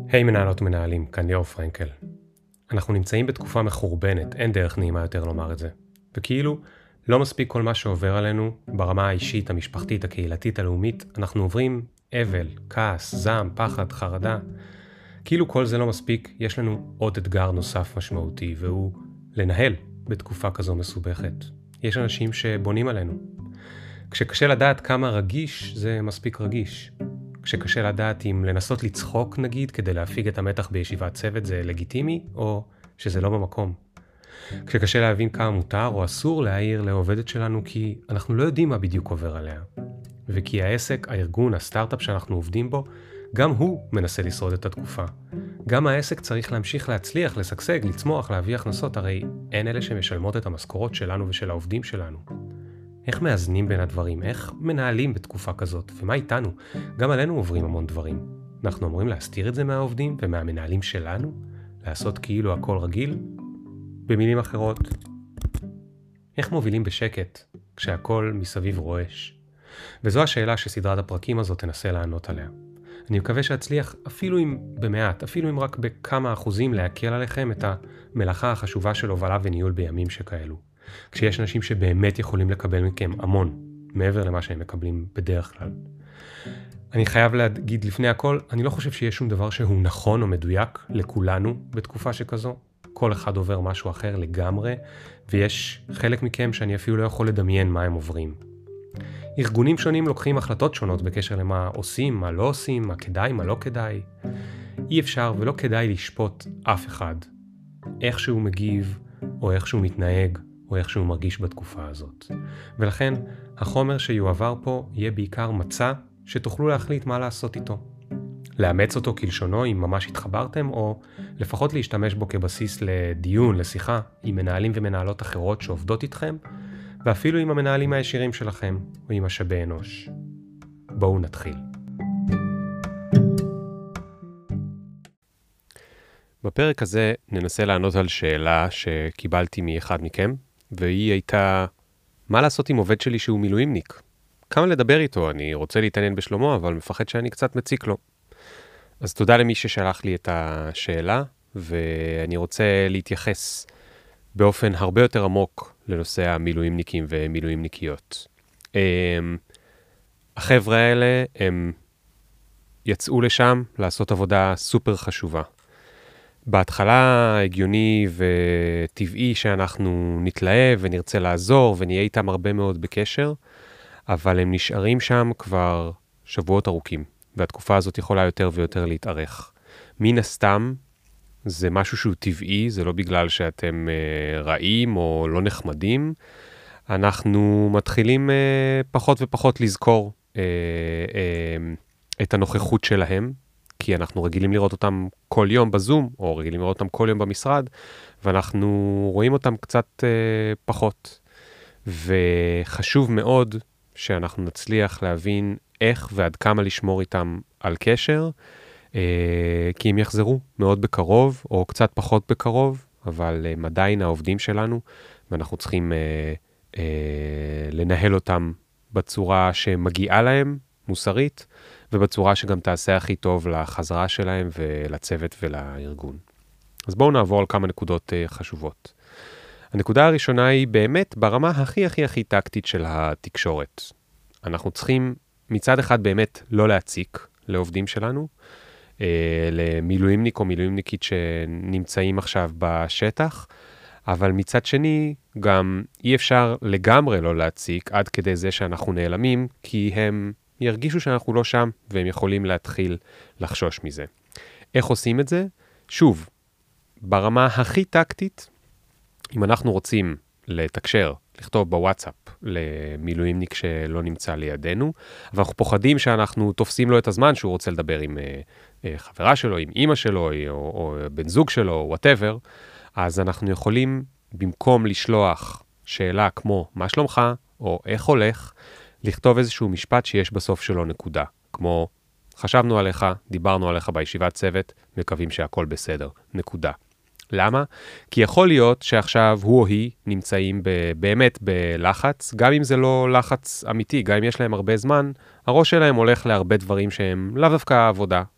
היי מנהלות ומנהלים, כאן ליאור פרנקל. אנחנו נמצאים בתקופה מחורבנת, אין דרך נעימה יותר לומר את זה. וכאילו, לא מספיק כל מה שעובר עלינו, ברמה האישית, המשפחתית, הקהילתית, הלאומית, אנחנו עוברים אבל, כעס, זעם, פחד, חרדה. כאילו כל זה לא מספיק, יש לנו עוד אתגר נוסף משמעותי, והוא לנהל בתקופה כזו מסובכת. יש אנשים שבונים עלינו. כשקשה לדעת כמה רגיש, זה מספיק רגיש. כשקשה לדעת אם לנסות לצחוק נגיד כדי להפיג את המתח בישיבת צוות זה לגיטימי או שזה לא במקום. כשקשה להבין כמה מותר או אסור להעיר לעובדת שלנו כי אנחנו לא יודעים מה בדיוק עובר עליה. וכי העסק, הארגון, הסטארט-אפ שאנחנו עובדים בו, גם הוא מנסה לשרוד את התקופה. גם העסק צריך להמשיך להצליח, לשגשג, לצמוח, להביא הכנסות, הרי אין אלה שמשלמות את המשכורות שלנו ושל העובדים שלנו. איך מאזנים בין הדברים? איך מנהלים בתקופה כזאת? ומה איתנו? גם עלינו עוברים המון דברים. אנחנו אמורים להסתיר את זה מהעובדים ומהמנהלים שלנו? לעשות כאילו הכל רגיל? במילים אחרות, איך מובילים בשקט כשהכל מסביב רועש? וזו השאלה שסדרת הפרקים הזאת תנסה לענות עליה. אני מקווה שאצליח אפילו אם במעט, אפילו אם רק בכמה אחוזים להקל עליכם את המלאכה החשובה של הובלה וניהול בימים שכאלו. כשיש אנשים שבאמת יכולים לקבל מכם המון, מעבר למה שהם מקבלים בדרך כלל. אני חייב להגיד לפני הכל, אני לא חושב שיש שום דבר שהוא נכון או מדויק לכולנו בתקופה שכזו. כל אחד עובר משהו אחר לגמרי, ויש חלק מכם שאני אפילו לא יכול לדמיין מה הם עוברים. ארגונים שונים לוקחים החלטות שונות בקשר למה עושים, מה לא עושים, מה כדאי, מה לא כדאי. אי אפשר ולא כדאי לשפוט אף אחד. איך שהוא מגיב, או איך שהוא מתנהג, או איך שהוא מרגיש בתקופה הזאת. ולכן, החומר שיועבר פה יהיה בעיקר מצע שתוכלו להחליט מה לעשות איתו. לאמץ אותו כלשונו אם ממש התחברתם, או לפחות להשתמש בו כבסיס לדיון, לשיחה, עם מנהלים ומנהלות אחרות שעובדות איתכם, ואפילו עם המנהלים הישירים שלכם, או עם משאבי אנוש. בואו נתחיל. בפרק הזה ננסה לענות על שאלה שקיבלתי מאחד מכם, והיא הייתה, מה לעשות עם עובד שלי שהוא מילואימניק? כמה לדבר איתו? אני רוצה להתעניין בשלומו, אבל מפחד שאני קצת מציק לו. אז תודה למי ששלח לי את השאלה, ואני רוצה להתייחס באופן הרבה יותר עמוק לנושא המילואימניקים ומילואימניקיות. החבר'ה האלה, הם יצאו לשם לעשות עבודה סופר חשובה. בהתחלה הגיוני וטבעי שאנחנו נתלהב ונרצה לעזור ונהיה איתם הרבה מאוד בקשר, אבל הם נשארים שם כבר שבועות ארוכים, והתקופה הזאת יכולה יותר ויותר להתארך. מן הסתם, זה משהו שהוא טבעי, זה לא בגלל שאתם רעים או לא נחמדים, אנחנו מתחילים פחות ופחות לזכור את הנוכחות שלהם, כי אנחנו רגילים לראות אותם כל יום בזום, או רגילים לראות אותם כל יום במשרד, ואנחנו רואים אותם קצת פחות. וחשוב מאוד שאנחנו נצליח להבין איך ועד כמה לשמור איתם על קשר, כי הם יחזרו מאוד בקרוב, או קצת פחות בקרוב, אבל הם עדיין העובדים שלנו, ואנחנו צריכים לנהל אותם בצורה שמגיעה להם, מוסרית, ובצורה שגם תעשה הכי טוב לחזרה שלהם ולצוות ולארגון. אז בואו נעבור על כמה נקודות חשובות. הנקודה הראשונה היא באמת ברמה הכי טקטית של התקשורת. אנחנו צריכים מצד אחד באמת לא להציק לעובדים שלנו, למילואימניק או מילואימניקית שנמצאים עכשיו בשטח, אבל מצד שני גם אי אפשר לגמרי לא להציק עד כדי זה שאנחנו נעלמים, כי הם ירגישו שאנחנו לא שם, והם יכולים להתחיל לחשוש מזה. איך עושים את זה? שוב, ברמה הכי טקטית, אם אנחנו רוצים לתקשר, לכתוב בוואטסאפ למילואימניק שלא נמצא לידינו, אבל אנחנו פוחדים שאנחנו תופסים לו את הזמן שהוא רוצה לדבר עם חברה שלו, עם אמא שלו, או בן זוג שלו, או whatever, אז אנחנו יכולים, במקום לשלוח שאלה כמו, מה שלומך, או איך הולך, לכתוב איזשהו משפט שיש בסוף שלו נקודה, כמו, חשבנו עליך, דיברנו עליך בישיבת צוות, מקווים שהכל בסדר, נקודה. למה? כי יכול להיות שעכשיו הוא או היא נמצאים באמת בלחץ, גם אם זה לא לחץ אמיתי, גם אם יש להם הרבה זמן, הראש שלהם הולך להרבה דברים שהם לאו דווקא עבודה,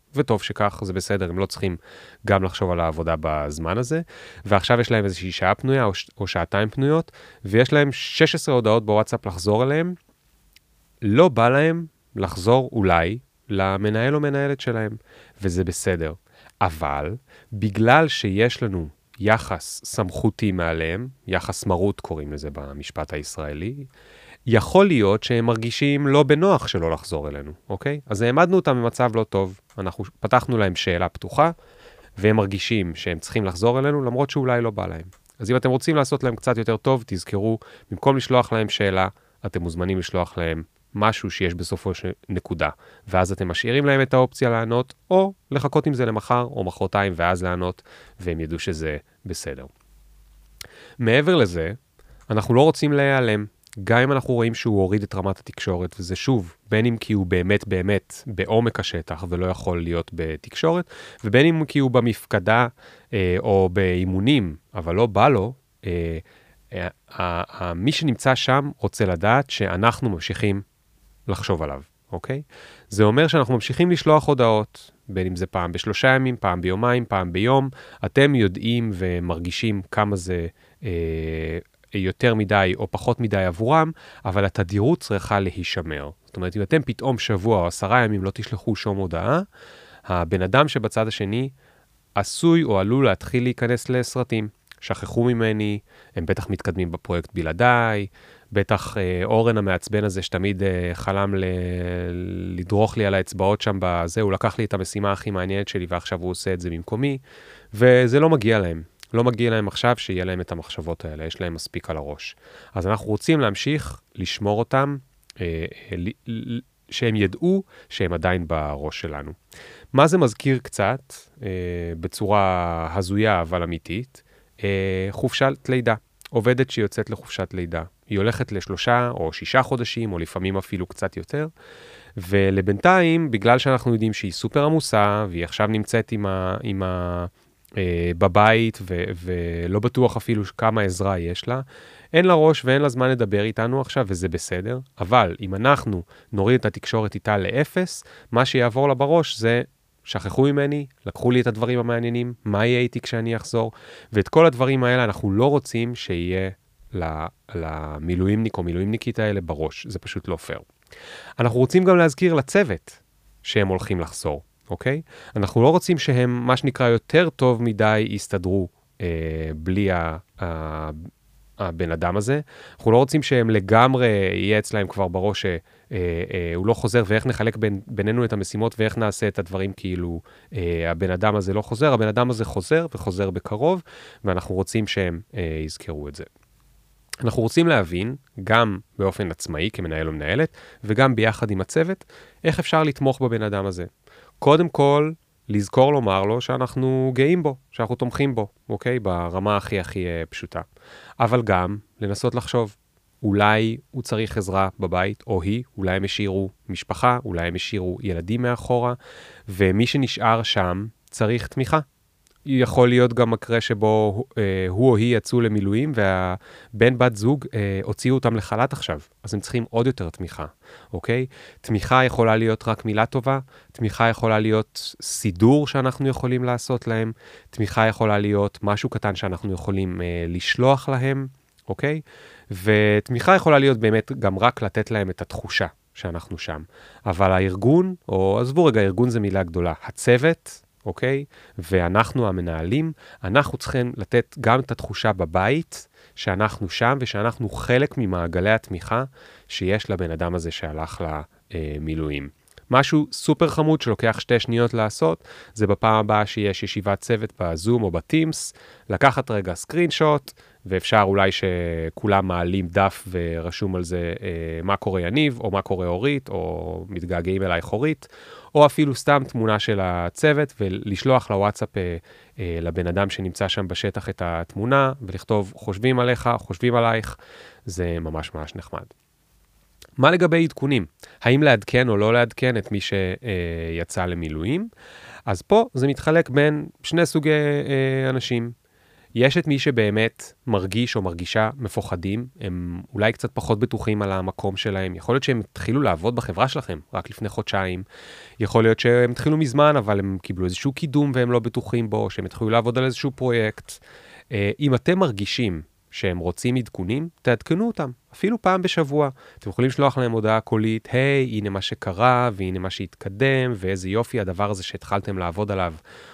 וטוב שכך, זה בסדר, הם לא צריכים גם לחשוב על העבודה בזמן הזה, ועכשיו יש להם איזושהי שעה פנויה או שעתיים פנויות, ויש להם 16 הודעות בוואטסאפ לחזור אליהם, לא בא להם לחזור אולי למנהל או מנהלת שלהם, וזה בסדר. אבל בגלל שיש לנו יחס סמכותי מעליהם, יחס מרות קוראים לזה במשפט הישראלי, יכול להיות שהם מרגישים לא בנוח שלא לחזור אלינו, אוקיי? אז העמדנו אותם במצב לא טוב, אנחנו פתחנו להם שאלה פתוחה, והם מרגישים שהם צריכים לחזור אלינו, למרות שאולי לא בא להם. אז אם אתם רוצים לעשות להם קצת יותר טוב, תזכרו, במקום לשלוח להם שאלה, אתם מוזמנים לשלוח להם משהו שיש בסופו של נקודה, ואז אתם משאירים להם את האופציה לענות, או לחכות עם זה למחר או מחרתיים, ואז לענות, והם ידעו שזה בסדר. מעבר לזה, אנחנו לא רוצים להיעלם, גם אם אנחנו רואים שהוא הוריד את רמת התקשורת, וזה שוב, בין אם כי הוא באמת בעומק השטח, ולא יכול להיות בתקשורת, ובין אם כי הוא במפקדה או באימונים, אבל לא בא לו, מי שנמצא שם רוצה לדעת שאנחנו ממשיכים לחשוב עליו, אוקיי? זה אומר שאנחנו ממשיכים לשלוח הודעות, בין אם זה פעם ב3 ימים, פעם ביומיים, פעם ביום, אתם יודעים ומרגישים כמה זה יותר מדי או פחות מדי עבורם, אבל התדירות צריכה להישמר. זאת אומרת, אם אתם פתאום שבוע או 10 ימים לא תשלחו שום הודעה, הבן אדם שבצד השני עשוי או עלול להתחיל להיכנס לסרטים. שכחו ממני, הם בטח מתקדמים בפרויקט בלעדיי, בטח אורן המעצבן הזה שתמיד חלם לדרוך לי על האצבעות שם בזה, הוא לקח לי את המשימה הכי מעניינת שלי ועכשיו הוא עושה את זה במקומי, וזה לא מגיע להם. לא מגיע להם עכשיו שיהיה להם את המחשבות האלה, יש להם מספיק על הראש. אז אנחנו רוצים להמשיך לשמור אותם, שהם ידעו שהם עדיין בראש שלנו. מה זה מזכיר קצת, בצורה הזויה אבל אמיתית, חופשת לידה. עובדת שיוצאת לחופשת לידה. היא הולכת ל3 או 6 חודשים, או לפעמים אפילו קצת יותר, ולבינתיים, בגלל שאנחנו יודעים שהיא סופר עמוסה, והיא עכשיו נמצאת בבית, ולא בטוח אפילו כמה עזרה יש לה, אין לה ראש ואין לה זמן לדבר איתנו עכשיו, וזה בסדר. אבל אם אנחנו נוריד את התקשורת איתה ל0, מה שיעבור לה בראש זה שכחו ממני, לקחו לי את הדברים המעניינים, מה יהיה איתי כשאני אחזור, ואת כל הדברים האלה אנחנו לא רוצים שיהיה למילואימניק או מילואימניקית האלה בראש, זה פשוט לא פייר. אנחנו רוצים גם להזכיר לצוות שהם הולכים לחזור, אוקיי? אנחנו לא רוצים שהם, מה שנקרא, יותר טוב מדי יסתדרו בלי הבן אדם הזה. אנחנו לא רוצים שהם לגמרי יהיה אצלהם כבר בראש שהוא לא חוזר, ואיך נחלק בינינו את המשימות, ואיך נעשה את הדברים כאילו הבן אדם הזה לא חוזר. הבן אדם הזה חוזר וחוזר בקרוב, ואנחנו רוצים שהם יזכרו את זה. אנחנו רוצים להבין, גם באופן עצמאי כמנהל או מנהלת, וגם ביחד עם הצוות, איך אפשר לתמוך בבן אדם הזה. קודם כל, לזכור לומר לו שאנחנו גאים בו, שאנחנו תומכים בו, אוקיי? ברמה הכי פשוטה. אבל גם לנסות לחשוב, אולי הוא צריך עזרה בבית, או היא, אולי הם השאירו משפחה, אולי הם השאירו ילדים מאחורה, ומי שנשאר שם צריך תמיכה. יכול להיות גם מקרה שבו הוא או היא יצאו למילואים, והבן בת זוג הוציאו אותם לחל"ת עכשיו, אז הם צריכים עוד יותר תמיכה, אוקיי? תמיכה יכולה להיות רק מילה טובה, תמיכה יכולה להיות סידור שאנחנו יכולים לעשות להם, תמיכה יכולה להיות משהו קטן שאנחנו יכולים לשלוח להם, אוקיי? ותמיכה יכולה להיות באמת גם רק לתת להם את התחושה שאנחנו שם. אבל הארגון, או עזבו רגע, ארגון זה מילה גדולה, הצוות, אוקיי? ואנחנו המנהלים, אנחנו צריכים לתת גם את התחושה בבית שאנחנו שם ושאנחנו חלק ממעגלי התמיכה שיש לבן אדם הזה שהלך למילואים. משהו סופר חמוד שלוקח 2 שניות לעשות, זה בפעם הבאה שיש ישיבת צוות בזום או בטימס, לקחת רגע סקרינשוט, ואפשר אולי שכולם מעלים דף ורשום על זה מה קורה יניב, או מה קורה אורית, או מתגעגעים אליי אורית, או אפילו סתם תמונה של הצוות, ולשלוח לוואטסאפ לבן אדם שנמצא שם בשטח את התמונה, ולכתוב חושבים עליך, חושבים עלייך, זה ממש ממש נחמד. מה לגבי עדכונים? האם לעדכן או לא לעדכן את מי שיצא למילואים? אז פה זה מתחלק בין 2 סוגי אנשים. יש את מי שבאמת מרגיש או מרגישה מפוחדים, הם אולי קצת פחות בטוחים על המקום שלהם, יכול להיות שהם התחילו לעבוד בחברה שלכם רק לפני חודשיים, יכול להיות שהם התחילו מזמן, אבל הם קיבלו איזשהו קידום והם לא בטוחים בו, שהם התחילו לעבוד על איזשהו פרויקט. אם אתם מרגישים שהם רוצים עדכונים, תעדכנו אותם, אפילו פעם בשבוע. אתם יכולים לשלוח להם הודעה קולית, היי, הנה מה שקרה, והנה מה שהתקדם, ואיזה יופי הדבר הזה שהתחלתם לעבוד עליו,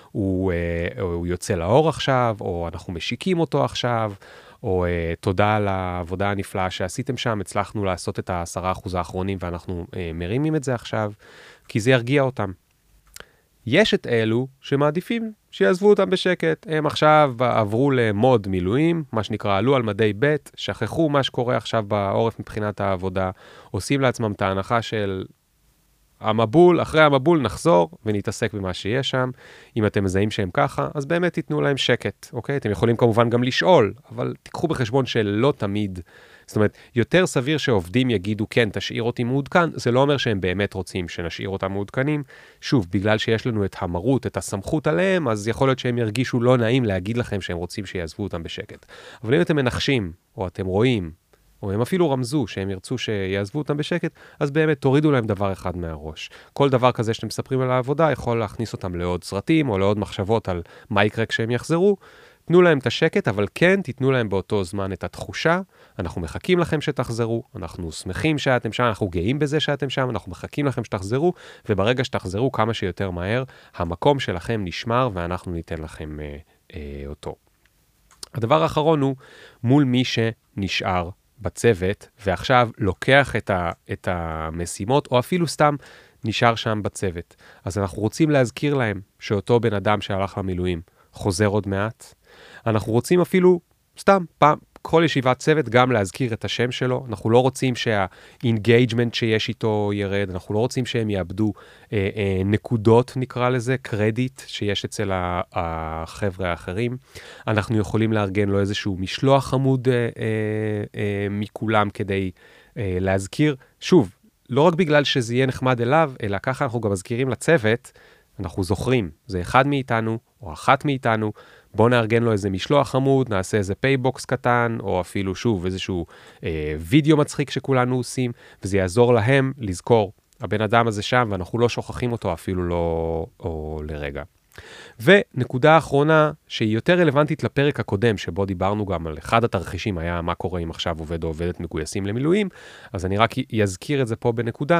הוא יוצא לאור עכשיו, או אנחנו משיקים אותו עכשיו, או תודה על העבודה הנפלאה שעשיתם שם, הצלחנו לעשות את 10% האחרונים, ואנחנו מרימים את זה עכשיו, כי זה ירגיע אותם. יש את אלו שמעדיפים שיעזבו אותם בשקט. הם עכשיו עברו למוד מילואים, מה שנקרא, עלו על מדי ב', שכחו מה שקורה עכשיו בעורף מבחינת העבודה, עושים לעצמם את ההנחה של המבול, אחרי המבול נחזור ונתעסק במה שיש שם. אם אתם מזהים שהם ככה, אז באמת תיתנו להם שקט, אוקיי? אתם יכולים כמובן גם לשאול, אבל תיקחו בחשבון שלא תמיד, זאת אומרת, יותר סביר שעובדים יגידו, כן, תשאיר אותי מעודכן, זה לא אומר שהם באמת רוצים שנשאיר אותם מעודכנים. שוב, בגלל שיש לנו את המרות, את הסמכות עליהם, אז יכול להיות שהם ירגישו לא נעים להגיד לכם שהם רוצים שיעזבו אותם בשקט. אבל אם אתם מנחשים, או אתם רואים, או הם אפילו רמזו שהם ירצו שיעזבו אותם בשקט, אז באמת תורידו להם דבר אחד מהראש. כל דבר כזה שאתם מספרים על העבודה יכול להכניס אותם לעוד סרטים, או לעוד מחשבות על מה יקרה כשהם יחזרו. תנו להם את השקט, אבל כן תיתנו להם באותו זמן את התחושה, אנחנו מחכים לכם שתחזרו, אנחנו שמחים שאתם שם, אנחנו גאים בזה שאתם שם, אנחנו מחכים לכם שתחזרו, וברגע שתחזרו כמה שיותר מהר, המקום שלכם נשמר ואנחנו ניתן לכם אותו. הדבר האחרון הוא מול מי שנשאר בצוות, ועכשיו לוקח את המשימות, או אפילו סתם נשאר שם בצוות. אז אנחנו רוצים להזכיר להם שאותו בן אדם שהלך למילואים חוזר עוד מעט. אנחנו רוצים אפילו סתם פעם, כל ישיבת צוות גם להזכיר את השם שלו. אנחנו לא רוצים שהאינגייג'מנט שיש איתו ירד, אנחנו לא רוצים שהם יאבדו נקודות, נקרא לזה, קרדיט שיש אצל החבר'ה האחרים. אנחנו יכולים לארגן לו איזשהו משלוח חמוד מכולם כדי להזכיר. שוב, לא רק בגלל שזה יהיה נחמד אליו, אלא ככה אנחנו גם מזכירים לצוות, אנחנו זוכרים, זה אחד מאיתנו או אחת מאיתנו, בוא נארגן לו איזה משלוח חמוד, נעשה איזה פייבוקס קטן, או אפילו שוב איזשהו וידאו מצחיק שכולנו עושים, וזה יעזור להם לזכור, הבן אדם הזה שם, ואנחנו לא שוכחים אותו אפילו לא או לרגע. ונקודה האחרונה, שהיא יותר רלוונטית לפרק הקודם, שבו דיברנו גם על אחד התרחישים, היה מה קורה אם עכשיו עובד או עובדת מגויסים למילואים, אז אני רק אזכיר את זה פה בנקודה.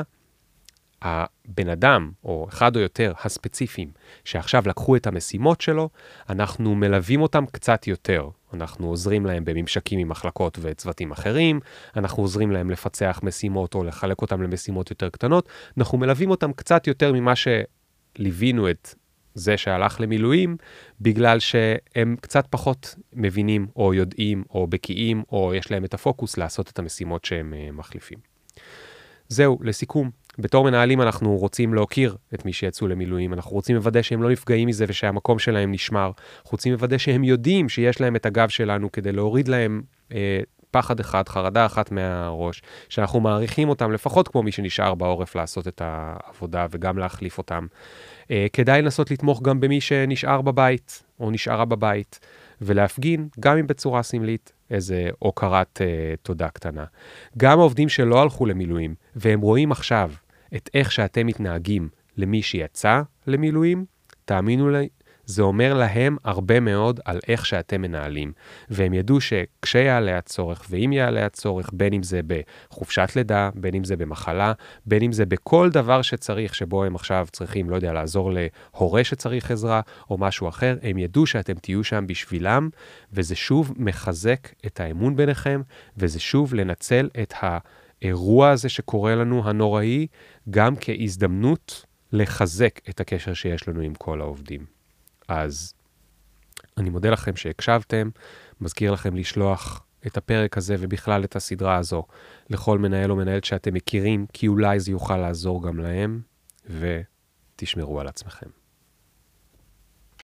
הבן אדם, או אחד או יותר הספציפיים, שעכשיו לקחו את המשימות שלו, אנחנו מלווים אותם קצת יותר. אנחנו עוזרים להם בממשקים עם מחלקות וצוותים אחרים, אנחנו עוזרים להם לפצח משימות או לחלק אותם למשימות יותר קטנות, אנחנו מלווים אותם קצת יותר ממה שליווינו את זה שהלך למילואים, בגלל שהם קצת פחות מבינים או יודעים או בקיאים, או יש להם את הפוקוס לעשות את המשימות שהם מחליפים. זהו, לסיכום. בתור מנהלים אנחנו רוצים להוקיר את מי שיצאו למילואים, אנחנו רוצים לוודא שהם לא נפגעים מזה ושהמקום שלהם נשמר, אנחנו רוצים לוודא שהם יודעים שיש להם את הגב שלנו כדי להוריד להם פחד אחד, חרדה אחת מהראש, שאנחנו מעריכים אותם לפחות כמו מי שנשאר בעורף לעשות את העבודה וגם להחליף אותם. כדאי לנסות לתמוך גם במי שנשאר בבית או נשארה בבית, ולהפגין גם אם בצורה סמלית איזה הוקרת תודה קטנה. גם העובדים שלא הלכו למילואים, והם רואים עכשיו את איך שאתם מתנהגים למי שיצא למילואים, תאמינו לי, זה אומר להם הרבה מאוד על איך שאתם מנהלים. והם ידעו שכשיעלה הצורך, ואם יעלה הצורך, בין אם זה בחופשת לידה, בין אם זה במחלה, בין אם זה בכל דבר שצריך, שבו הם עכשיו צריכים, לא יודע, לעזור להורה שצריך עזרה, או משהו אחר, הם ידעו שאתם תהיו שם בשבילם, וזה שוב מחזק את האמון ביניכם, וזה שוב לנצל את האירוע הזה שקורה לנו הנוראי, גם כהזדמנות לחזק את הקשר שיש לנו עם כל העובדים. אז אני מודה לכם שהקשבתם, מזכיר לכם לשלוח את הפרק הזה ובכלל את הסדרה הזו לכל מנהל או מנהלת שאתם מכירים, כי אולי זה יוכל לעזור גם להם, ותשמרו על עצמכם.